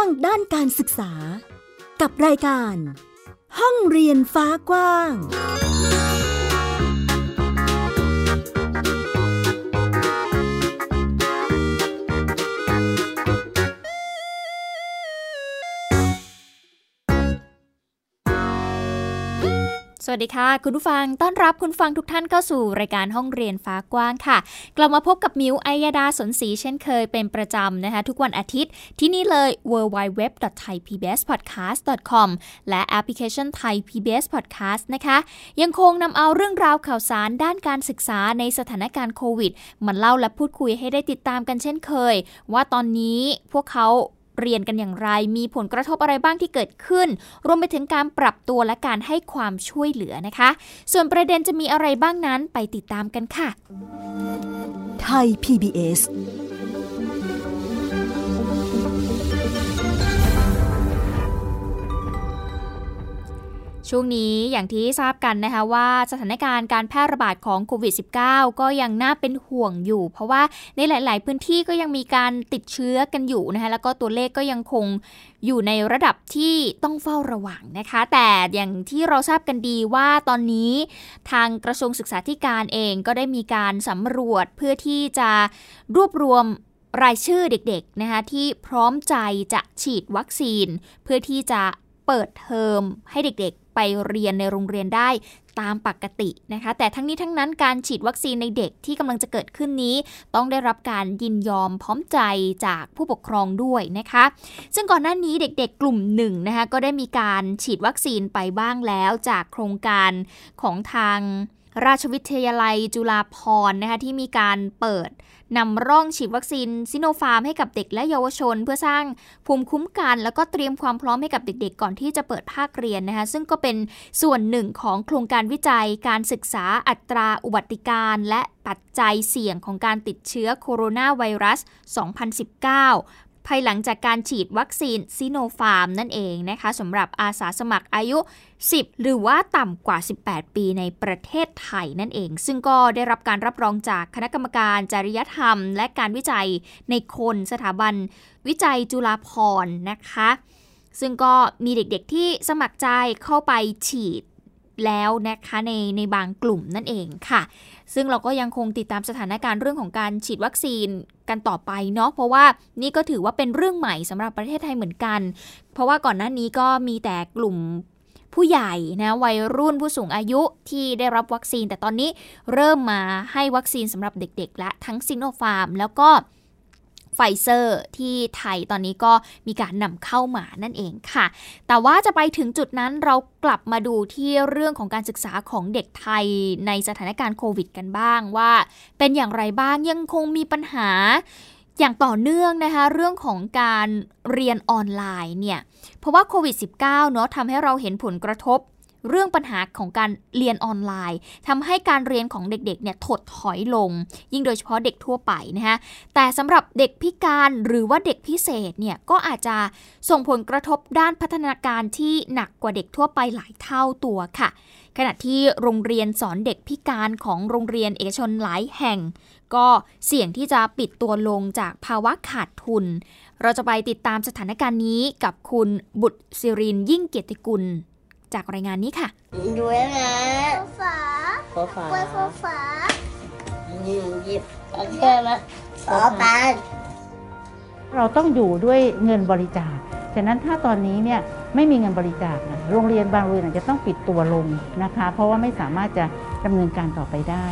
างด้านการศึกษากับรายการห้องเรียนฟ้ากว้างสวัสดีค่ะคุณผู้ฟังต้อนรับคุณฟังทุกท่านเข้าสู่รายการห้องเรียนฟ้ากว้างค่ะกลับมาพบกับมิ้วอัยดาสนศรีเช่นเคยเป็นประจำนะคะทุกวันอาทิตย์ที่นี่เลย www.thaipbspodcast.com และแอปพลิเคชัน Thai PBS Podcast นะคะยังคงนำเอาเรื่องราวข่าวสารด้านการศึกษาในสถานการณ์โควิดมาเล่าและพูดคุยให้ได้ติดตามกันเช่นเคยว่าตอนนี้พวกเขาเรียนกันอย่างไรมีผลกระทบอะไรบ้างที่เกิดขึ้นรวมไปถึงการปรับตัวและการให้ความช่วยเหลือนะคะส่วนประเด็นจะมีอะไรบ้างนั้นไปติดตามกันค่ะไทย PBS ช่วงนี้อย่างที่ทราบกันนะคะว่าสถานการณ์การแพร่ระบาดของโควิด -19 ก็ยังน่าเป็นห่วงอยู่เพราะว่าในหลายๆพื้นที่ก็ยังมีการติดเชื้อกันอยู่นะคะแล้วก็ตัวเลขก็ยังคงอยู่ในระดับที่ต้องเฝ้าระวังนะคะแต่อย่างที่เราทราบกันดีว่าตอนนี้ทางกระทรวงศึกษาธิการเองก็ได้มีการสำรวจเพื่อที่จะรวบรวมรายชื่อเด็กๆนะคะที่พร้อมใจจะฉีดวัคซีนเพื่อที่จะเปิดเทอมให้เด็กๆไปเรียนในโรงเรียนได้ตามปกตินะคะแต่ทั้งนี้ทั้งนั้นการฉีดวัคซีนในเด็กที่กำลังจะเกิดขึ้นนี้ต้องได้รับการยินยอมพร้อมใจจากผู้ปกครองด้วยนะคะซึ่งก่อนหน้านี้เด็กๆกลุ่มหนึ่งนะคะก็ได้มีการฉีดวัคซีนไปบ้างแล้วจากโครงการของทางราชวิทยาลัยจุฬาภรณ์นะคะที่มีการเปิดนำร่องฉีดวัคซีนซิโนฟาร์มให้กับเด็กและเยาวชนเพื่อสร้างภูมิคุ้มกันแล้วก็เตรียมความพร้อมให้กับเด็กๆก่อนที่จะเปิดภาคเรียนนะคะซึ่งก็เป็นส่วนหนึ่งของโครงการวิจัยการศึกษาอัตราอุบัติการและปัจจัยเสี่ยงของการติดเชื้อโคโรนาไวรัส 2019ภายหลังจากการฉีดวัคซีนซิโนฟาร์มนั่นเองนะคะสำหรับอาสาสมัครอายุ10หรือว่าต่ำกว่า18ปีในประเทศไทยนั่นเองซึ่งก็ได้รับการรับรองจากคณะกรรมการจริยธรรมและการวิจัยในคนสถาบันวิจัยจุฬาภรณ์นะคะซึ่งก็มีเด็กๆที่สมัครใจเข้าไปฉีดแล้วนะคะในบางกลุ่มนั่นเองค่ะซึ่งเราก็ยังคงติดตามสถานการณ์เรื่องของการฉีดวัคซีนกันต่อไปเนาะเพราะว่านี่ก็ถือว่าเป็นเรื่องใหม่สำหรับประเทศไทยเหมือนกันเพราะว่าก่อนหน้านี้ก็มีแต่กลุ่มผู้ใหญ่นะวัยรุ่นผู้สูงอายุที่ได้รับวัคซีนแต่ตอนนี้เริ่มมาให้วัคซีนสำหรับเด็กๆและทั้งซิโนฟาร์มแล้วก็ไฟเซอร์ที่ไทยตอนนี้ก็มีการนำเข้ามานั่นเองค่ะแต่ว่าจะไปถึงจุดนั้นเรากลับมาดูที่เรื่องของการศึกษาของเด็กไทยในสถานการณ์โควิดกันบ้างว่าเป็นอย่างไรบ้างยังคงมีปัญหาอย่างต่อเนื่องนะคะเรื่องของการเรียนออนไลน์เนี่ยเพราะว่าโควิด -19 เนาะทำให้เราเห็นผลกระทบเรื่องปัญหาของการเรียนออนไลน์ทำให้การเรียนของเด็กๆเนี่ยถดถอยลงยิ่งโดยเฉพาะเด็กทั่วไปนะคะแต่สำหรับเด็กพิการหรือว่าเด็กพิเศษเนี่ยก็อาจจะส่งผลกระทบด้านพัฒนาการที่หนักกว่าเด็กทั่วไปหลายเท่าตัวค่ะขณะที่โรงเรียนสอนเด็กพิการของโรงเรียนเอกชนหลายแห่งก็เสี่ยงที่จะปิดตัวลงจากภาวะขาดทุนเราจะไปติดตามสถานการณ์นี้กับคุณบุตรศิรินทร์ยิ่งเกียรติกุลจากรายงานนี้ค่ะดูนะฝาฝาหยิบโอเคไหมฝาปานเราต้องอยู่ด้วยเงินบริจาคฉะนั้นถ้าตอนนี้เนี่ยไม่มีเงินบริจาคนะโรงเรียนบางโรงเรียนอาจจะต้องปิดตัวลงนะคะเพราะว่าไม่สามารถจะดำเนินการต่อไปได้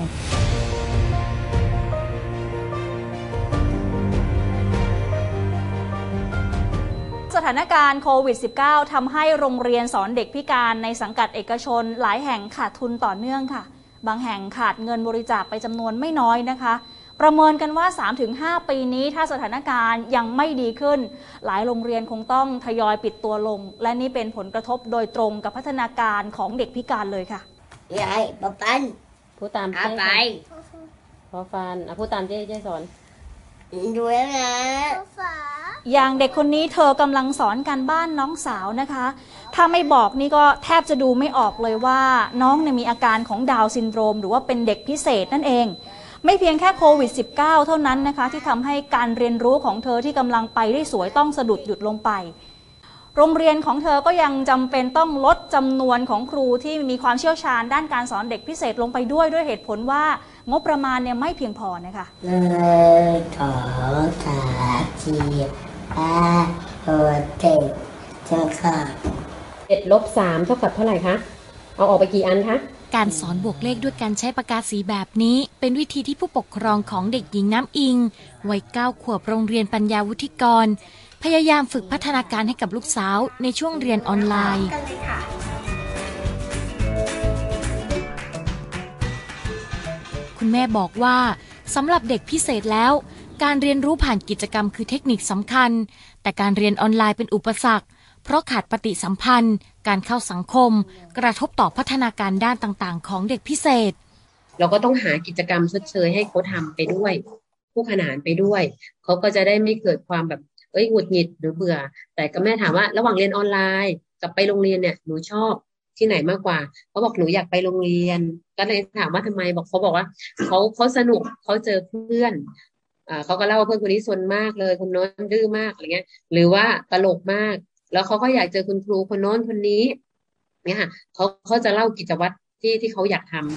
สถานการณ์โควิด -19 ทำให้โรงเรียนสอนเด็กพิการในสังกัดเอกชนหลายแห่งขาดทุนต่อเนื่องค่ะบางแห่งขาดเงินบริจาคไปจำนวนไม่น้อยนะคะประเมินกันว่า 3-5 ปีนี้ถ้าสถานการณ์ยังไม่ดีขึ้นหลายโรงเรียนคงต้องทยอยปิดตัวลงและนี่เป็นผลกระทบโดยตรงกับพัฒนาการของเด็กพิการเลยค่ะยายป๊าปันพูดตามเจ๊พอฟันพูดตามเจ๊สอนดูนะอย่างเด็กคนนี้เธอกำลังสอนการบ้านน้องสาวนะคะถ้าไม่บอกนี่ก็แทบจะดูไม่ออกเลยว่าน้องเนี่ยมีอาการของดาวน์ซินโดรมหรือว่าเป็นเด็กพิเศษนั่นเองไม่เพียงแค่โควิด -19 เท่านั้นนะคะที่ทำให้การเรียนรู้ของเธอที่กำลังไปได้สวยต้องสะดุดหยุดลงไปโรงเรียนของเธอก็ยังจำเป็นต้องลดจำนวนของครูที่มีความเชี่ยวชาญด้านการสอนเด็กพิเศษลงไปด้วยเหตุผลว่างบประมาณเนี่ยไม่เพียงพอนะคะ 7-3 เท่ากับเท่าไหร่คะเอาออกไปกี่อันคะการสอนบวกเลขด้วยการใช้ปากกาสีแบบนี้เป็นวิธีที่ผู้ปกครองของเด็กหญิงน้ำอิงวัย 9 ขวบโรงเรียนปัญญาวุฒิกรพยายามฝึกพัฒนาการให้กับลูกสาวในช่วงเรียนออนไลน์คุณแม่บอกว่าสำหรับเด็กพิเศษแล้วการเรียนรู้ผ่านกิจกรรมคือเทคนิคสำคัญแต่การเรียนออนไลน์เป็นอุปสรรคเพราะขาดปฏิสัมพันธ์การเข้าสังคมกระทบต่อพัฒนาการด้านต่างๆของเด็กพิเศษเราก็ต้องหากิจกรรมชดเชยให้เขาทำไปด้วยคู่ขนานไปด้วยเขาก็จะได้ไม่เกิดความแบบหงุดหงิดหรือเบื่อแต่ก็แม่ถามว่าระหว่างเรียนออนไลน์กับไปโรงเรียนเนี่ยหนูชอบที่ไหนมากกว่าเขาบอกหนูอยากไปโรงเรียนก็เลยถามว่าทำไมเขาบอกว่าเขาสนุกเขาเจอเพื่อนเขาก็เล่าว่าเพื่อนคนนี้ซนมากเลยคนโน้นดื้อมากอะไรเงี้ยหรือว่าตลกมากแล้วเขาก็อยากเจอคุณครูคนโน้นคนนี้เนี่ยค่ะเขาจะเล่ากิจวัตรที่เขาอยากทำ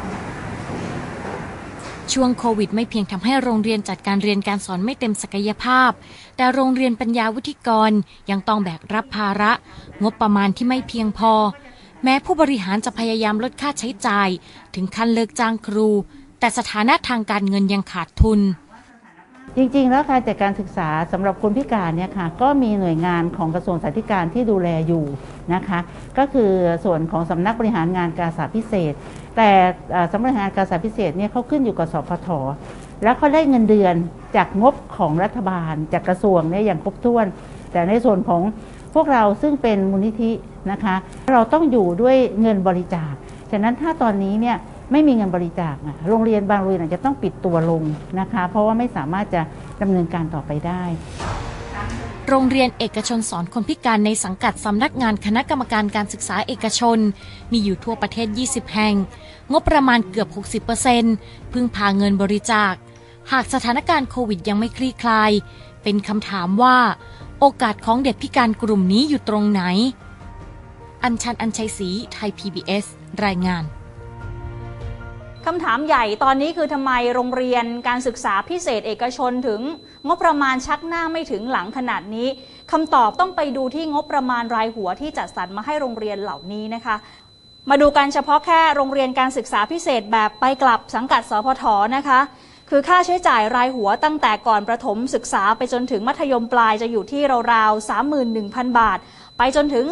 ช่วงโควิดไม่เพียงทำให้โรงเรียนจัดการเรียนการสอนไม่เต็มศักยภาพแต่โรงเรียนปัญญาวุฒิกรยังต้องแบกรับภาระงบประมาณที่ไม่เพียงพอแม้ผู้บริหารจะพยายามลดค่าใช้จ่ายถึงขั้นเลิกจ้างครูแต่สถานะทางการเงินยังขาดทุนจริงๆแล้วการจัดการศึกษาสำหรับคนพิการเนี่ยค่ะก็มีหน่วยงานของกระทรวงศึกษาธิการที่ดูแลอยู่นะคะก็คือส่วนของสำนักบริหารงานการศึกษาพิเศษแต่สำนักบริหารงานการศึกษาพิเศษเนี่ยเขาขึ้นอยู่กับสพท.แล้วเขาได้เงินเดือนจากงบของรัฐบาลจากกระทรวงเนี่ยอย่างครบถ้วนแต่ในส่วนของพวกเราซึ่งเป็นมูลนิธินะคะเราต้องอยู่ด้วยเงินบริจาคฉะนั้นถ้าตอนนี้เนี่ยไม่มีเงินบริจาคโรงเรียนบางโรงเรียนอาจจะต้องปิดตัวลงนะคะเพราะว่าไม่สามารถจะดำเนินการต่อไปได้โรงเรียนเอกชนสอนคนพิการในสังกัดสำนักงานคณะกรรมการการศึกษาเอกชนมีอยู่ทั่วประเทศ20แห่งงบประมาณเกือบ 60% พึ่งพาเงินบริจาคหากสถานการณ์โควิดยังไม่คลี่คลายเป็นคำถามว่าโอกาสของเด็กพิการกลุ่มนี้อยู่ตรงไหนอัญชัน อัญชัยศรีไทย PBS รายงานคำถามใหญ่ตอนนี้คือทำไมโรงเรียนการศึกษาพิเศษเอกชนถึงงบประมาณชักหน้าไม่ถึงหลังขนาดนี้คำตอบต้องไปดูที่งบประมาณรายหัวที่จัดสรรมาให้โรงเรียนเหล่านี้นะคะมาดูกันเฉพาะแค่โรงเรียนการศึกษาพิเศษแบบไปกลับสังกัดสพท.นะคะคือค่าใช้จ่ายรายหัวตั้งแต่ก่อนประถมศึกษาไปจนถึงมัธยมปลายจะอยู่ที่ราวๆ 31,000 บาทไปจนถึง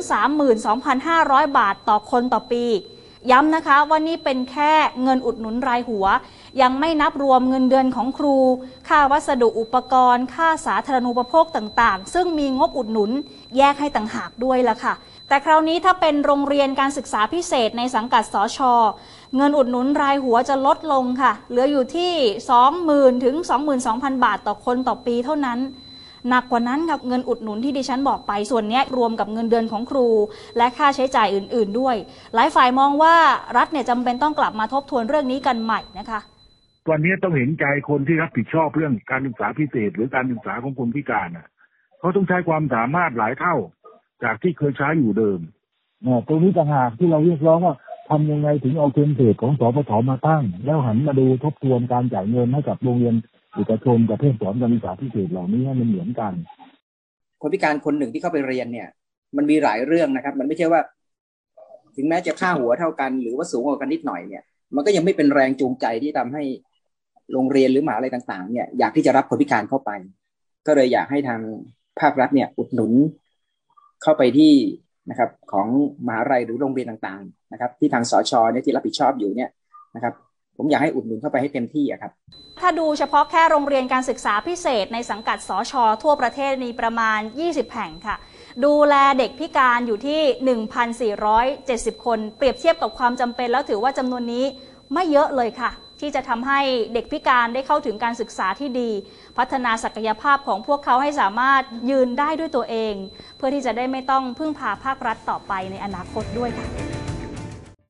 32,500 บาทต่อคนต่อปีย้ำนะคะว่านี่เป็นแค่เงินอุดหนุนรายหัวยังไม่นับรวมเงินเดือนของครูค่าวัสดุอุปกรณ์ค่าสาธารณูปโภคต่างๆซึ่งมีงบอุดหนุนแยกให้ต่างหากด้วยละค่ะแต่คราวนี้ถ้าเป็นโรงเรียนการศึกษาพิเศษในสังกัดสช.เงินอุดหนุนรายหัวจะลดลงค่ะเหลืออยู่ที่ 20,000 ถึง 22,000 บาทต่อคนต่อปีเท่านั้นหนักกว่านั้นกับเงินอุดหนุนที่ดิฉันบอกไปส่วนนี้รวมกับเงินเดือนของครูและค่าใช้จ่ายอื่นๆด้วยหลายฝ่ายมองว่ารัฐเนี่ยจำเป็นต้องกลับมาทบทวนเรื่องนี้กันใหม่นะคะวันนี้ต้องเห็นใจคนที่รับผิดชอบเรื่องการศึกษาพิเศษหรือการศึกษาของคนพิการเขาต้องใช้ความสามารถหลายเท่าจากที่เคยใช้อยู่เดิมตรงนี้ต่างหากที่เราเรียกร้องว่าทำยังไงถึงเอาเทมเพลตของสพท.มาตั้งแล้วหันมาดูทบทวนการจ่ายเงินให้กับโรงเรียนเอกชนประเภทสอนการศึกษาพิเศษเหล่านี้ให้มันเหมือนกันคนพิการคนหนึ่งที่เข้าไปเรียนเนี่ยมันมีหลายเรื่องนะครับมันไม่ใช่ว่าถึงแม้จะค่าหัวเท่ากันหรือว่าสูงกว่ากันนิดหน่อยเนี่ยมันก็ยังไม่เป็นแรงจูงใจที่ทำให้โรงเรียนหรือมหาวิทยาลัยต่างๆเนี่ยอยากที่จะรับคนพิการเข้าไปก็เลยอยากให้ทางภาครัฐเนี่ยอุดหนุนเข้าไปที่นะครับของมหาวิทยาลัยหรือโรงเรียนต่างๆนะครับที่ทางสช.เนี่ยที่รับผิดชอบอยู่เนี่ยนะครับผมอยากให้อุดหนุนเข้าไปให้เต็มที่ครับถ้าดูเฉพาะแค่โรงเรียนการศึกษาพิเศษในสังกัดสช.ทั่วประเทศมีประมาณ20แห่งค่ะดูแลเด็กพิการอยู่ที่ 1,470 คนเปรียบเทียบกับความจำเป็นแล้วถือว่าจำนวนนี้ไม่เยอะเลยค่ะที่จะทำให้เด็กพิการได้เข้าถึงการศึกษาที่ดีพัฒนาศักยภาพของพวกเขาให้สามารถยืนได้ด้วยตัวเองเพื่อที่จะได้ไม่ต้องพึ่งพาภาครัฐต่อไปในอนาคตด้วยค่ะ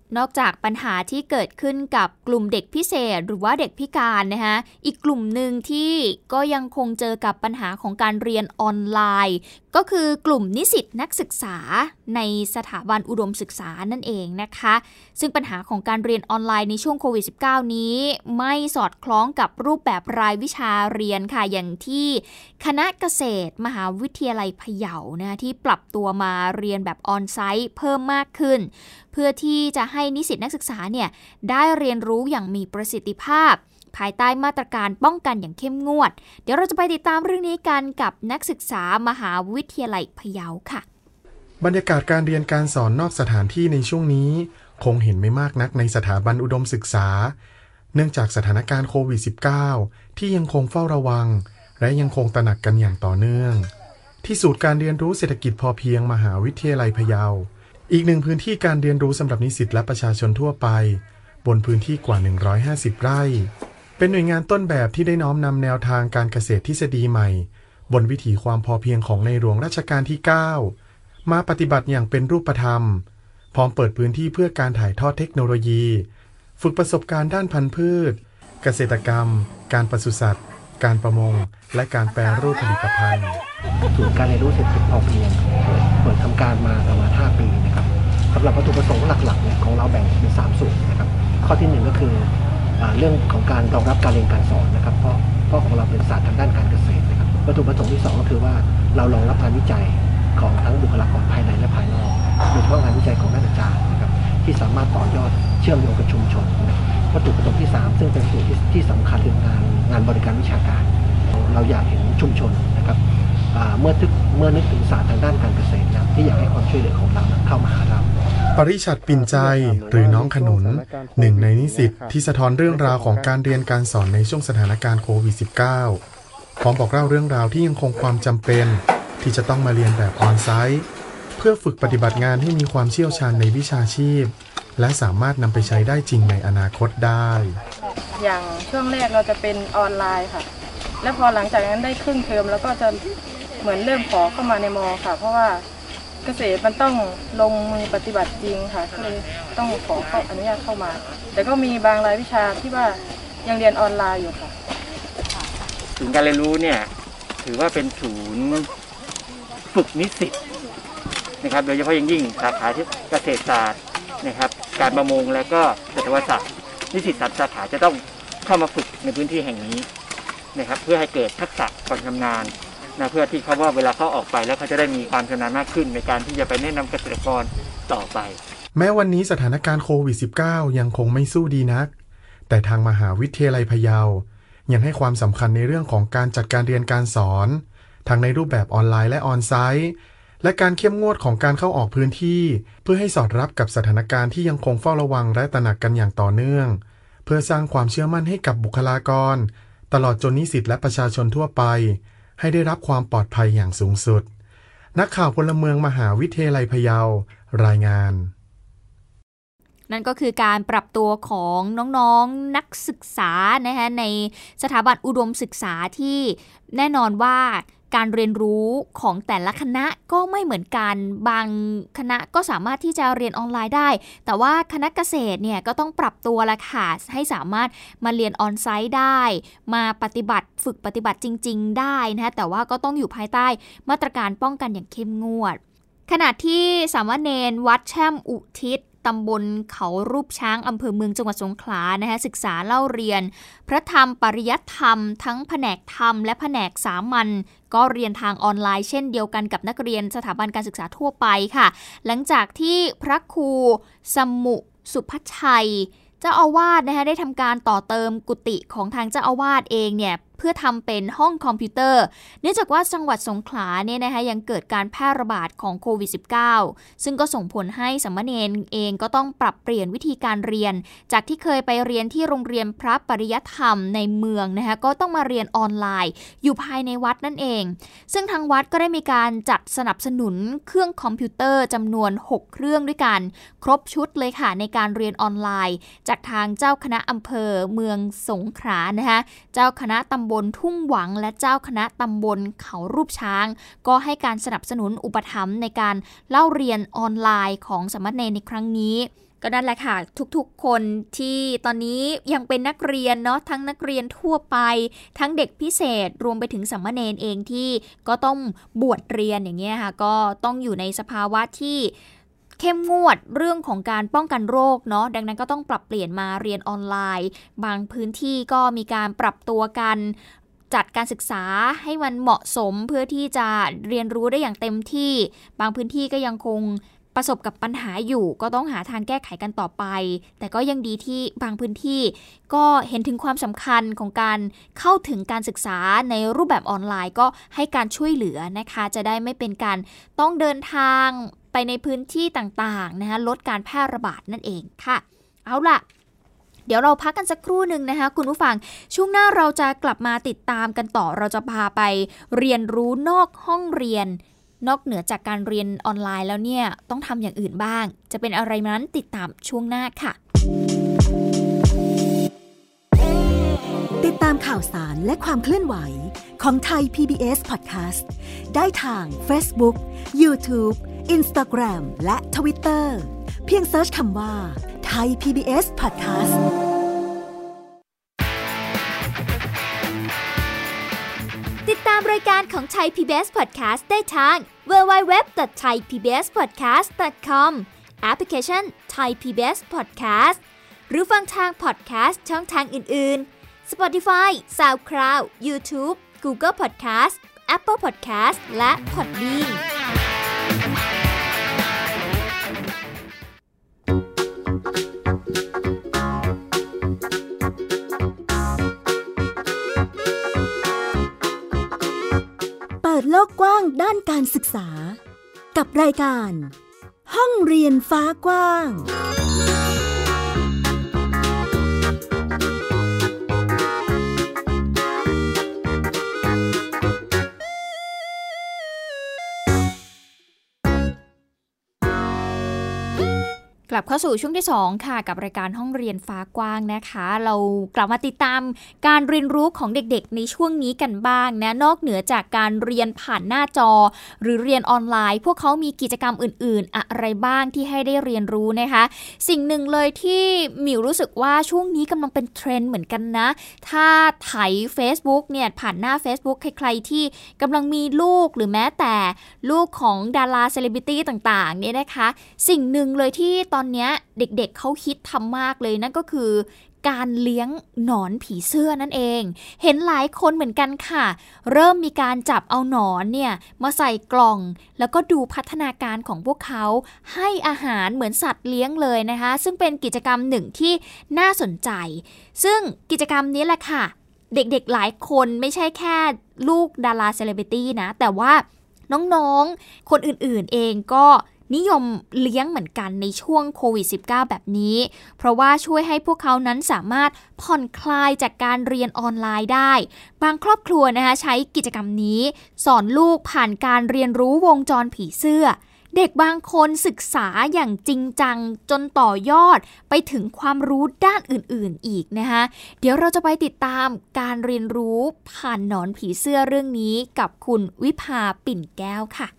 นอกจากปัญหาที่เกิดขึ้นกับกลุ่มเด็กพิเศษหรือว่าเด็กพิการนะคะอีกกลุ่มหนึ่งที่ก็ยังคงเจอกับปัญหาของการเรียนออนไลน์ก็คือกลุ่มนิสิตนักศึกษาในสถาบันอุดมศึกษานั่นเองนะคะซึ่งปัญหาของการเรียนออนไลน์ในช่วงโควิด -19 นี้ไม่สอดคล้องกับรูปแบบรายวิชาเรียนค่ะอย่างที่คณะเกษตรมหาวิทยาลัยพะเยานะที่ปรับตัวมาเรียนแบบออนไซต์เพิ่มมากขึ้นเพื่อที่จะให้นิสิตนักศึกษาเนี่ยได้เรียนรู้อย่างมีประสิทธิภาพภายใต้มาตรการป้องกันอย่างเข้มงวดเดี๋ยวเราจะไปติดตามเรื่องนี้กันกับนักศึกษามหาวิทยาลัยพะเยาค่ะบรรยากาศการเรียนการสอนนอกสถานที่ในช่วงนี้คงเห็นไม่มากนักในสถาบันอุดมศึกษาเนื่องจากสถานการณ์โควิด -19 ที่ยังคงเฝ้าระวังและยังคงตระหนักกันอย่างต่อเนื่องที่ศูนย์การเรียนรู้เศรษฐกิจพอเพียงมหาวิทยาลัยพะเยาอีกหนึ่งพื้นที่การเรียนรู้สำหรับนิสิตและประชาชนทั่วไปบนพื้นที่กว่า150ไร่เป็นหน่วยงานต้นแบบที่ได้น้อมนำแนวทางการเกษตรทฤษฎีใหม่บนวิถีความพอเพียงของในหลวงรัชกาลที่9มาปฏิบัติอย่างเป็นรูปธรรมพร้อมเปิดพื้นที่เพื่อการถ่ายทอดเทคโนโลยีฝึกประสบการณ์ด้านพันธุ์พืชเกษตรกรรมการปศุสัตว์การประมงและการแปรรูปผลิตภัณฑ์ศูนย์การเรียนรู้เศรษฐกิจพอเพียงเปิดทำการมาประมาณ5 ปีนะครับสำหรับวัตถุประสงค์หลักๆเนี่ยของเราแบ่งเป็น3ส่วนนะครับข้อที่1ก็คือเรื่องของการรองรับการเรียนการสอนนะครับเพราะของเราเป็นศาสตร์ทางด้านการเกษตรนะครับวัตถุประสงค์ที่2ก็คือว่าเรารองรับงานวิจัยของทั้งบุคลากรภายในและภายนอกโดยเฉพาะงานวิจัยของนักอาจารย์นะครับที่สามารถต่อยอดเชื่อมโยงกับชุมชนวัตถุประสงค์ที่3ซึ่งเป็นส่วนที่สำคัญคืองานบริการวิชาการเราอยากเห็นชุมชนนะครับเมื่อนึกถึงศาสตร์ทางด้านการเกษตรนะที่อยากให้ความช่วยเหลือของเราเข้ามาหาเราปริชัดปิ่นใจหรือน้องขนุนหนึ่งในนิสิตที่สะท้อนเรื่องราวของการเรียนการสอนในช่วงสถานการณ์โควิด -19 พร้อมบอกเล่าเรื่องราวที่ยังคงความจำเป็นที่จะต้องมาเรียนแบบออนไซต์เพื่อฝึกปฏิบัติงานให้มีความเชี่ยวชาญในวิชาชีพและสามารถนำไปใช้ได้จริงในอนาคตได้อย่างช่วงแรกเราจะเป็นออนไลน์ค่ะและพอหลังจากนั้นได้ครึ่งเทอมแล้วก็จะเหมือนเริ่มขอเข้ามาในม.ค่ะเพราะว่าเกษตรมันต้องลงมือปฏิบัติจริงค่ะก็เลยต้องขอเข้าอนุญาตเข้ามาแต่ก็มีบางรายวิชาที่ว่ายังเรียนออนไลน์อยู่ค่ะศูนย์การเรียนรู้เนี่ยถือว่าเป็นศูนย์ฝึกนิสิตนะครับโดยเฉพาะอย่างยิ่งสาขาที่เกษตรศาสตร์นะครับการประมงและก็สัตวศาสตร์นิสิต3 สาขาจะต้องเข้ามาฝึกในพื้นที่แห่งนี้นะครับเพื่อให้เกิดทักษะความชำนาญนะเพื่อที่เขาว่าเวลาเขาออกไปแล้วเขาจะได้มีความชำนาญมากขึ้นในการที่จะไปแนะนำเกษตรกรต่อไปแม้วันนี้สถานการณ์โควิด -19 ยังคงไม่สู้ดีนักแต่ทางมหาวิทยาลัยพะเยายังให้ความสำคัญในเรื่องของการจัดการเรียนการสอนทั้งในรูปแบบออนไลน์และออนไซต์และการเข้มงวดของการเข้าออกพื้นที่เพื่อให้สอดรับกับสถานการณ์ที่ยังคงเฝ้าระวังและตระหนักกันอย่างต่อเนื่องเพื่อสร้างความเชื่อมั่นให้กับบุคลากรตลอดจนนิสิตและประชาชนทั่วไปให้ได้รับความปลอดภัยอย่างสูงสุดนักข่าวพลเมืองมหาวิทยาลัยพะเยารายงานนั่นก็คือการปรับตัวของน้องๆนักศึกษานะคะในสถาบันอุดมศึกษาที่แน่นอนว่าการเรียนรู้ของแต่ละคณะก็ไม่เหมือนกันบางคณะก็สามารถที่จะเรียนออนไลน์ได้แต่ว่าคณะเกษตรเนี่ยก็ต้องปรับตัวละค่ะให้สามารถมาเรียนออนไซต์ได้มาฝึกปฏิบัติจริงๆได้นะคะแต่ว่าก็ต้องอยู่ภายใต้มาตรการป้องกันอย่างเข้มงวดขณะที่สามเณรวัดแช่มอุทิศตำบลเขารูปช้างอำเภอเมืองจังหวัดสงขลานะคะศึกษาเล่าเรียนพระธรรมปริยัติธรรมทั้งแผนกธรรมและแผนกสามัญก็เรียนทางออนไลน์เช่นเดียวกันกับนักเรียนสถาบันการศึกษาทั่วไปค่ะหลังจากที่พระครูสมุสุภชัยเจ้าอาวาสนะคะได้ทำการต่อเติมกุฏิของทางเจ้าอาวาสเองเนี่ยเพื่อทำเป็นห้องคอมพิวเตอร์เนื่องจากว่าจังหวัดสงขลาเนี่ยนะคะยังเกิดการแพร่ระบาดของโควิด -19 ซึ่งก็ส่งผลให้สามเณรเองก็ต้องปรับเปลี่ยนวิธีการเรียนจากที่เคยไปเรียนที่โรงเรียนพระปริยัติธรรมในเมืองนะคะก็ต้องมาเรียนออนไลน์อยู่ภายในวัดนั่นเองซึ่งทางวัดก็ได้มีการจัดสนับสนุนเครื่องคอมพิวเตอร์จำนวน6เครื่องด้วยกันครบชุดเลยค่ะในการเรียนออนไลน์จากทางเจ้าคณะอำเภอเมืองสงขลานะคะเจ้าคณะตำบลทุ่งหวังและเจ้าคณะตำบลเขารูปช้างก็ให้การสนับสนุนอุปถัมภ์ในการเล่าเรียนออนไลน์ของสามเณรในครั้งนี้ก็นั่นแหละค่ะทุกๆคนที่ตอนนี้ยังเป็นนักเรียนเนาะทั้งนักเรียนทั่วไปทั้งเด็กพิเศษรวมไปถึงสามเณรเองที่ก็ต้องบวชเรียนอย่างเงี้ยค่ะก็ต้องอยู่ในสภาวะที่เข้มงวดเรื่องของการป้องกันโรคเนาะดังนั้นก็ต้องปรับเปลี่ยนมาเรียนออนไลน์บางพื้นที่ก็มีการปรับตัวกันจัดการศึกษาให้มันเหมาะสมเพื่อที่จะเรียนรู้ได้อย่างเต็มที่บางพื้นที่ก็ยังคงประสบกับปัญหาอยู่ก็ต้องหาทางแก้ไขกันต่อไปแต่ก็ยังดีที่บางพื้นที่ก็เห็นถึงความสำคัญของการเข้าถึงการศึกษาในรูปแบบออนไลน์ก็ให้การช่วยเหลือนะคะจะได้ไม่เป็นการต้องเดินทางไปในพื้นที่ต่างๆนะคะลดการแพร่ระบาดนั่นเองค่ะเอาล่ะเดี๋ยวเราพักกันสักครู่หนึ่งนะคะคุณผู้ฟังช่วงหน้าเราจะกลับมาติดตามกันต่อเราจะพาไปเรียนรู้นอกห้องเรียนนอกเหนือจากการเรียนออนไลน์แล้วเนี่ยต้องทำอย่างอื่นบ้างจะเป็นอะไรนั้นติดตามช่วงหน้าค่ะติดตามข่าวสารและความเคลื่อนไหวของไทย PBS Podcast ได้ทาง Facebook, YouTube, Instagram และ Twitter เพียงเสิร์ชคำว่าไทย PBS Podcast ติดตามรายการของ Thai PBS Podcast ได้ทาง www.thaipbspodcast.com แอปพลิเคชัน Thai PBS Podcast หรือฟังทาง podcast ช่องทางอื่นๆ Spotify, SoundCloud, YouTube, Google Podcast, Apple Podcast และ Podbean เปิดโลกกว้างด้านการศึกษากับรายการห้องเรียนฟ้ากว้างกลับเข้าสู่ช่วงที่2ค่ะกับรายการห้องเรียนฟ้ากว้างนะคะเรากลับมาติดตามการเรียนรู้ของเด็กๆในช่วงนี้กันบ้างนะนอกเหนือจากการเรียนผ่านหน้าจอหรือเรียนออนไลน์พวกเขามีกิจกรรมอื่นๆอะไรบ้างที่ให้ได้เรียนรู้นะคะสิ่งหนึ่งเลยที่หมิวรู้สึกว่าช่วงนี้กำลังเป็นเทรนด์เหมือนกันนะถ้าไถ Facebook เนี่ยผ่านหน้า Facebook ใครๆที่กำลังมีลูกหรือแม้แต่ลูกของดาราเซเลบริตี้ต่างๆเนี่ยนะคะสิ่งหนึ่งเลยที่ตอนนี้เด็กๆเขาฮิตทำมากเลยนั่นก็คือการเลี้ยงหนอนผีเสื้อนั่นเองเห็นหลายคนเหมือนกันค่ะเริ่มมีการจับเอาหนอนเนี่ยมาใส่กล่องแล้วก็ดูพัฒนาการของพวกเขาให้อาหารเหมือนสัตว์เลี้ยงเลยนะคะซึ่งเป็นกิจกรรมหนึ่งที่น่าสนใจซึ่งกิจกรรมนี้แหละค่ะเด็กๆหลายคนไม่ใช่แค่ลูกดาราเซเลบริตี้นะแต่ว่าน้องๆคนอื่นๆเองก็นิยมเลี้ยงเหมือนกันในช่วงโควิด -19 แบบนี้เพราะว่าช่วยให้พวกเขานั้นสามารถผ่อนคลายจากการเรียนออนไลน์ได้บางครอบครัวนะคะใช้กิจกรรมนี้สอนลูกผ่านการเรียนรู้วงจรผีเสื้อเด็กบางคนศึกษาอย่างจริงจังจนต่อยอดไปถึงความรู้ด้านอื่นๆอีกนะคะเดี๋ยวเราจะไปติดตามการเรียนรู้ผ่านหนอนผีเสื้อเรื่องนี้กับคุณวิภาปิ่นแก้วค่ะ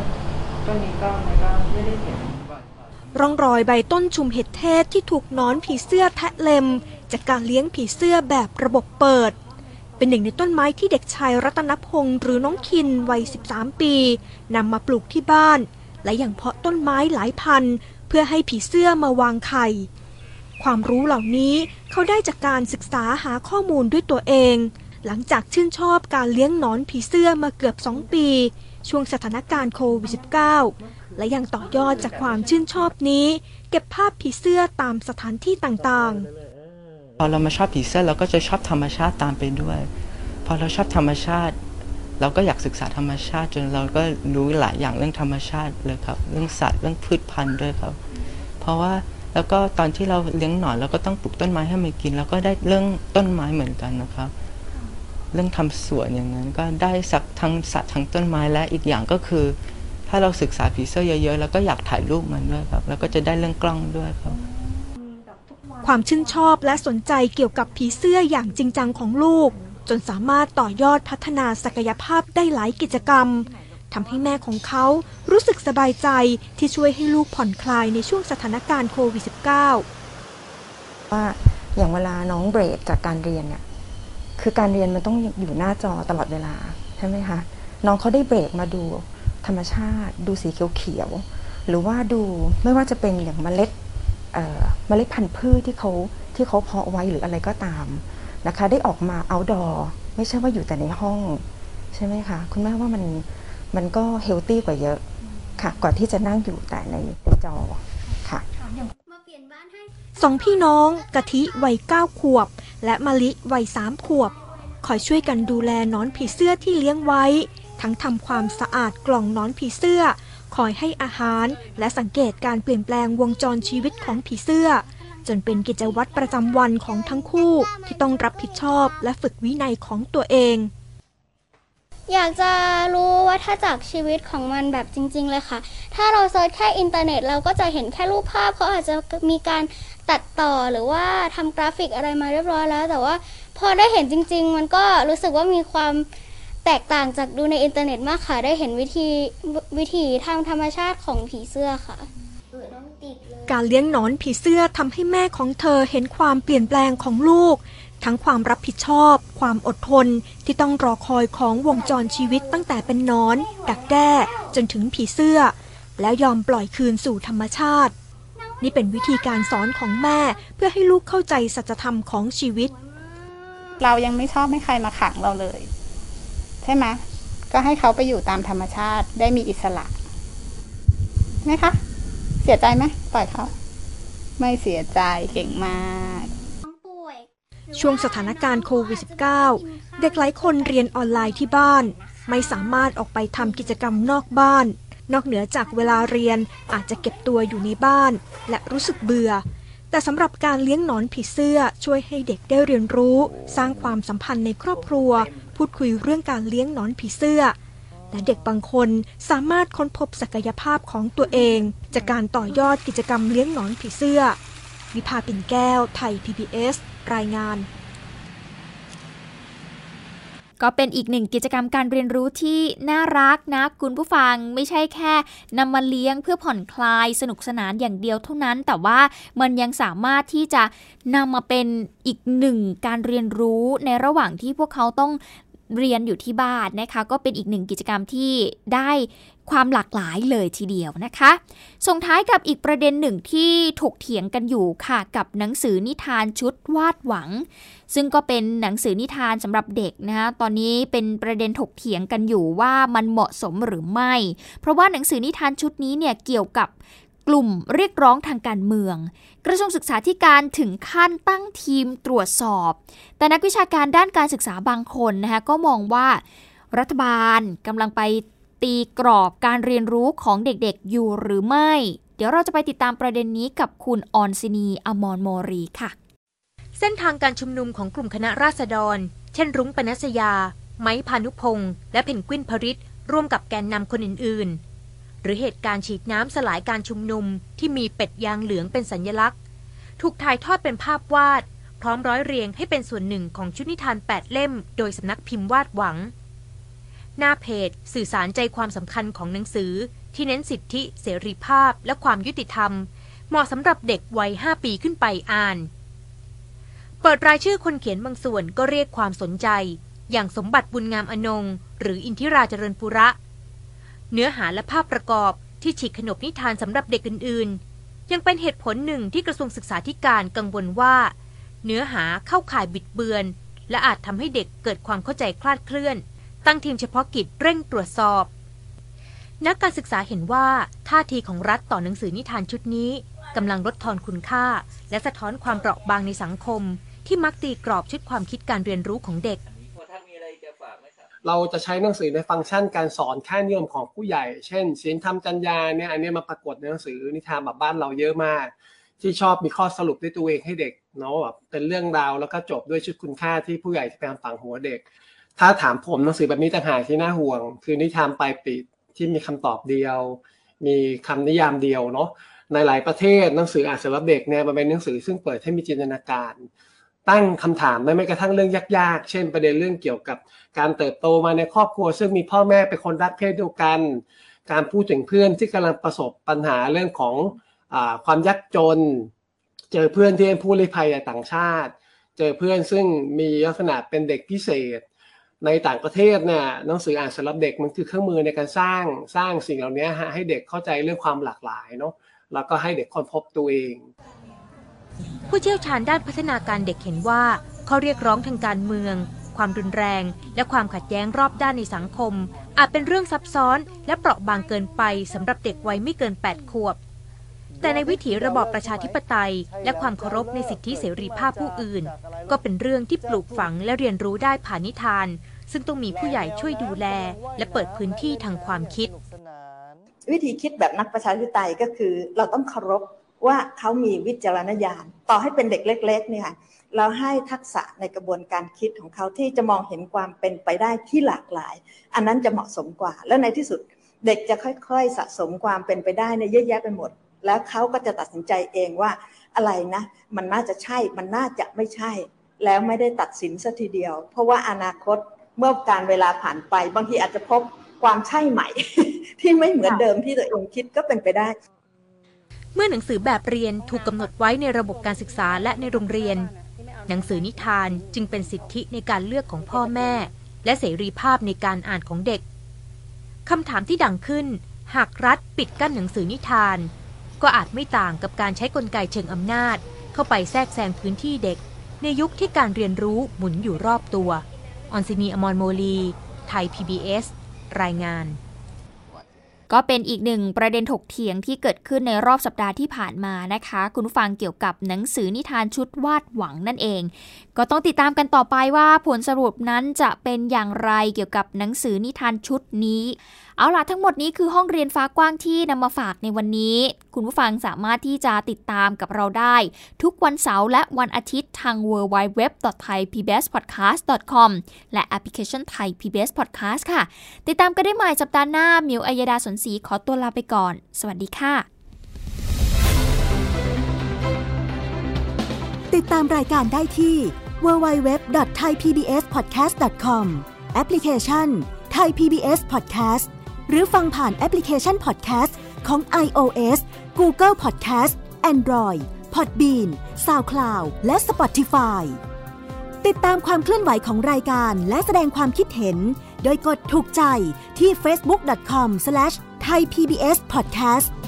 ร่องรอยใบต้นชุมเห็ดเทศที่ถูกหนอนผีเสื้อแทะเล็มจากการเลี้ยงผีเสื้อแบบระบบเปิดเป็นหนึ่งในต้นไม้ที่เด็กชายรัตนพงศ์หรือน้องคินวัย13 ปีนำมาปลูกที่บ้านและยังเพาะต้นไม้หลายพันเพื่อให้ผีเสื้อมาวางไข่ความรู้เหล่านี้เขาได้จากการศึกษาหาข้อมูลด้วยตัวเองหลังจากชื่นชอบการเลี้ยงหนอนผีเสื้อมาเกือบ2 ปีช่วงสถานการณ์โควิด -19 และยังต่อยอดจากความชื่นชอบนี้เก็บภาพผีเสื้อตามสถานที่ต่างๆพอเรามาชอบผีเสื้อเราก็จะชอบธรรมชาติตามไปด้วยพอเราชอบธรรมชาติเราก็อยากศึกษาธรรมชาติจนเราก็รู้หลายอย่างเรื่องธรรมชาติเลยครับเรื่องสัตว์เรื่องพืชพันธุ์ด้วยครับเพราะว่าแล้วก็ตอนที่เราเลี้ยงหนอนเราก็ต้องปลูกต้นไม้ให้มันกินแล้วก็ได้เรื่องต้นไม้เหมือนกันนะครับเรื่องทำสวนอย่างนั้นก็ได้สักทั้งสัตว์ทั้งต้นไม้และอีกอย่างก็คือถ้าเราศึกษาผีเสื้อเยอะๆแล้วก็อยากถ่ายรูปมันด้วยครับแล้วก็จะได้เรื่องกล้องด้วยครับความชื่นชอบและสนใจเกี่ยวกับผีเสื้ออย่างจริงจังของลูกจนสามารถต่อยอดพัฒนาศักยภาพได้หลายกิจกรรมทำให้แม่ของเขารู้สึกสบายใจที่ช่วยให้ลูกผ่อนคลายในช่วงสถานการณ์โควิด -19 ว่าอย่างเวลาน้องเบรกจากการเรียนเนี่ยคือการเรียนมันต้องอยู่หน้าจอตลอดเวลาใช่ไหมคะน้องเขาได้เบรกมาดูธรรมชาติดูสีเขียวๆหรือว่าดูไม่ว่าจะเป็นอย่างเมล็ดพันธุ์พืชที่เขาเพาะไว้หรืออะไรก็ตามนะคะได้ออกมาoutdoorไม่ใช่ว่าอยู่แต่ในห้องใช่ไหมคะคุณแม่ว่ามันก็เฮลตี้กว่าเยอะค่ะกว่าที่จะนั่งอยู่แต่ในจอค่ะสองพี่น้องกะทิวัย9 ขวบและมะลิวัย3 ขวบคอยช่วยกันดูแลหนอนผีเสื้อที่เลี้ยงไว้ทั้งทำความสะอาดกล่องหนอนผีเสื้อคอยให้อาหารและสังเกตการเปลี่ยนแปลงวงจรชีวิตของผีเสื้อจนเป็นกิจวัตรประจำวันของทั้งคู่ที่ต้องรับผิดชอบและฝึกวินัยของตัวเองอยากจะรู้วัฏจักรชีวิตของมันแบบจริงๆเลยค่ะถ้าเราเซิร์ชแค่อินเทอร์เน็ตเราก็จะเห็นแค่รูปภาพเขาอาจจะมีการตัดต่อหรือว่าทำกราฟิกอะไรมาเรียบร้อยแล้วแต่ว่าพอได้เห็นจริงๆมันก็รู้สึกว่ามีความแตกต่างจากดูในอินเทอร์เน็ตมากค่ะได้เห็นวิธีทางธรรมชาติของผีเสื้อค่ะการเลี้ยงหนอนผีเสื้อทำให้แม่ของเธอเห็นความเปลี่ยนแปลงของลูกทั้งความรับผิดชอบความอดทนที่ต้องรอคอยของวงจรชีวิตตั้งแต่เป็นหนอนดักแด้จนถึงผีเสื้อแล้วยอมปล่อยคืนสู่ธรรมชาตินี่เป็นวิธีการสอนของแม่เพื่อให้ลูกเข้าใจสัจธรรมของชีวิตเรายังไม่ชอบให้ใครมาขังเราเลยใช่ไหมก็ให้เขาไปอยู่ตามธรรมชาติได้มีอิสระไหมคะเสียใจไหมปล่อยเขาไม่เสียใจเก่งมากช่วงสถานการณ์โควิด -19 เด็กหลายคนเรียนออนไลน์ที่บ้านไม่สามารถออกไปทำกิจกรรมนอกบ้านนอกเหนือจากเวลาเรียนอาจจะเก็บตัวอยู่ในบ้านและรู้สึกเบื่อแต่สำหรับการเลี้ยงหนอนผีเสื้อช่วยให้เด็กได้เรียนรู้สร้างความสัมพันธ์ในครอบครัวพูดคุยเรื่องการเลี้ยงหนอนผีเสื้อและเด็กบางคนสามารถค้นพบศักยภาพของตัวเองจากการต่อยอดกิจกรรมเลี้ยงหนอนผีเสื้อวิภาปิ่นแก้วไทย PBS รายงานก็เป็นอีกหนึ่งกิจกรรมการเรียนรู้ที่น่ารักนะคุณผู้ฟังไม่ใช่แค่นำมาเลี้ยงเพื่อผ่อนคลายสนุกสนานอย่างเดียวเท่านั้นแต่ว่ามันยังสามารถที่จะนำมาเป็นอีกหนึ่งการเรียนรู้ในระหว่างที่พวกเขาต้องเรียนอยู่ที่บ้านนะคะก็เป็นอีกหนึ่งกิจกรรมที่ได้ความหลากหลายเลยทีเดียวนะคะส่งท้ายกับอีกประเด็นหนึ่งที่ถกเถียงกันอยู่ค่ะกับหนังสือนิทานชุดวาดหวังซึ่งก็เป็นหนังสือนิทานสำหรับเด็กนะคะตอนนี้เป็นประเด็นถกเถียงกันอยู่ว่ามันเหมาะสมหรือไม่เพราะว่าหนังสือนิทานชุดนี้เนี่ยเกี่ยวกับกลุ่มเรียกร้องทางการเมืองกระทรวงศึกษาธิการถึงขั้นตั้งทีมตรวจสอบแต่นักวิชาการด้านการศึกษาบางคนนะคะก็มองว่ารัฐบาลกำลังไปตีกรอบการเรียนรู้ของเด็กๆอยู่หรือไม่เดี๋ยวเราจะไปติดตามประเด็นนี้กับคุณออนซินีอมรโมรีค่ะเส้นทางการชุมนุมของกลุ่มคณะราษฎรเช่นรุ้งปนัสยาไม้พานุพงษ์และเพนกวินพริตร่วมกับแกนนำคนอื่นๆหรือเหตุการณ์ฉีดน้ำสลายการชุมนุมที่มีเป็ดยางเหลืองเป็นสัญลักษณ์ถูกถ่ายทอดเป็นภาพวาดพร้อมร้อยเรียงให้เป็นส่วนหนึ่งของชุดนิทาน8 เล่มโดยสำนักพิมพ์วาดหวังหน้าเพจสื่อสารใจความสำคัญของหนังสือที่เน้นสิทธิเสรีภาพและความยุติธรรมเหมาะสำหรับเด็กวัย5 ปีขึ้นไปอ่านเปิดรายชื่อคนเขียนบางส่วนก็เรียกความสนใจอย่างสมบัติบุญงามอนงหรืออินทิราเจริญปุระเนื้อหาและภาพประกอบที่ฉีกขนบนิทานสำหรับเด็กอื่นๆยังเป็นเหตุผลหนึ่งที่กระทรวงศึกษาธิการกังวลว่าเนื้อหาเข้าข่ายบิดเบือนและอาจทำให้เด็กเกิดความเข้าใจคลาดเคลื่อนตั้งทีมเฉพาะกิจเร่งตรวจสอบนักการศึกษาเห็นว่าท่าทีของรัฐต่อหนังสือนิทานชุดนี้กำลังลดทอนคุณค่าและสะท้อนความเปราะบางในสังคมที่มักตีกรอบชุดความคิดการเรียนรู้ของเด็กเราจะใช้หนังสือในฟังก์ชันการสอนค่านิยมของผู้ใหญ่เช่นศีลธรรมจรรยาเนี่ยอันนี้มาปรากฏในหนังสือนิทานแบบบ้านเราเยอะมากที่ชอบมีข้อสรุปด้วยตัวเองให้เด็กเนาะแบบเป็นเรื่องราวแล้วก็จบด้วยชุดคุณค่าที่ผู้ใหญ่พยายามฝังหัวเด็กถ้าถามผมหนังสือแบบนี้ต่างหากที่น่าห่วงคือนิทานปลายปีที่มีคำตอบเดียวมีคำนิยามเดียวเนาะในหลายประเทศหนังสืออ่านสำหรับเด็กเนี่ยมันเป็นหนังสือซึ่งเปิดให้มีจินตนาการตั้งคำถามแม้กระทั่งเรื่องยากๆเช่นประเด็นเรื่องเกี่ยวกับการเติบโตมาในครอบครัวซึ่งมีพ่อแม่เป็นคนรักเพศเดียวกันการพูดถึงเพื่อนที่กำลังประสบปัญหาเรื่องของความยากจนเจอเพื่อนที่เป็นผู้ลี้ภัยต่างชาติเจอเพื่อนซึ่งมีลักษณะเป็นเด็กพิเศษในต่างประเทศเนี่ยหนังสืออ่านสำหรับเด็กมันคือเครื่องมือในการสร้างสิ่งเหล่านี้ให้เด็กเข้าใจเรื่องความหลากหลายเนาะแล้วก็ให้เด็กค้นพบตัวเองผู้เชี่ยวชาญด้านพัฒนาการเด็กเห็นว่าข้อเรียกร้องทางการเมืองความรุนแรงและความขัดแย้งรอบด้านในสังคมอาจเป็นเรื่องซับซ้อนและเปราะบางเกินไปสำหรับเด็กวัยไม่เกิน8 ขวบแต่ในวิถีระบอบประชาธิปไตยและความเคารพในสิทธิเสรีภาพผู้อื่นก็เป็นเรื่องที่ปลูกฝังและเรียนรู้ได้ผ่านนิทานซึ่งต้องมีผู้ใหญ่ช่วยดูแลและเปิดพื้นที่ทางความคิดวิธีคิดแบบนักประชาธิปไตยก็คือเราต้องเคารพว่าเขามีวิจารณญาณต่อให้เป็นเด็กเล็กๆเนี่ยเราให้ทักษะในกระบวนการคิดของเขาที่จะมองเห็นความเป็นไปได้ที่หลากหลายอันนั้นจะเหมาะสมกว่าและในที่สุดเด็กจะค่อยๆสะสมความเป็นไปได้ในเยอะแยะไปหมดแล้วเขาก็จะตัดสินใจเองว่าอะไรนะมันน่าจะใช่มันน่าจะไม่ใช่แล้วไม่ได้ตัดสินซะทีเดียวเพราะว่าอนาคตเมื่อการเวลาผ่านไปบางทีอาจจะพบความใช่ใหม่ ที่ไม่เหมือนเดิมที่ตัวเองคิดก็เป็นไปได้เมื่อหนังสือแบบเรียนถูกกำหนดไว้ในระบบการศึกษาและในโรงเรียนหนังสือนิทานจึงเป็นสิทธิในการเลือกของพ่อแม่และเสรีภาพในการอ่านของเด็กคำถามที่ดังขึ้นหากรัฐปิดกั้นหนังสือนิทานก็อาจไม่ต่างกับการใช้กลไกเชิงอำนาจเข้าไปแทรกแซงพื้นที่เด็กในยุคที่การเรียนรู้หมุนอยู่รอบตัวออนซินี อมรโมลีไทย PBS รายงานก็เป็นอีกหนึ่งประเด็นถกเถียงที่เกิดขึ้นในรอบสัปดาห์ที่ผ่านมานะคะคุณผู้ฟังเกี่ยวกับหนังสือนิทานชุดวาดหวังนั่นเองก็ต้องติดตามกันต่อไปว่าผลสรุปนั้นจะเป็นอย่างไรเกี่ยวกับหนังสือนิทานชุดนี้เอาล่ะทั้งหมดนี้คือห้องเรียนฟ้ากว้างที่นำมาฝากในวันนี้คุณผู้ฟังสามารถที่จะติดตามกับเราได้ทุกวันเสาร์และวันอาทิตย์ทาง www.thaipbspodcast.com และแอปพลิเคชัน Thai PBS Podcast ค่ะติดตามกันได้ใหม่สัปดาห์หน้ามิวอัยดาสนศรีขอตัวลาไปก่อนสวัสดีค่ะติดตามรายการได้ที่ www.thaipbspodcast.com แอปพลิเคชัน Thai PBS Podcast หรือฟังผ่านแอปพลิเคชัน Podcast ของ iOS Google Podcast Android Podbean SoundCloud และ Spotify ติดตามความเคลื่อนไหวของรายการและแสดงความคิดเห็นโดยกดถูกใจที่ facebook.com/thaipbspodcast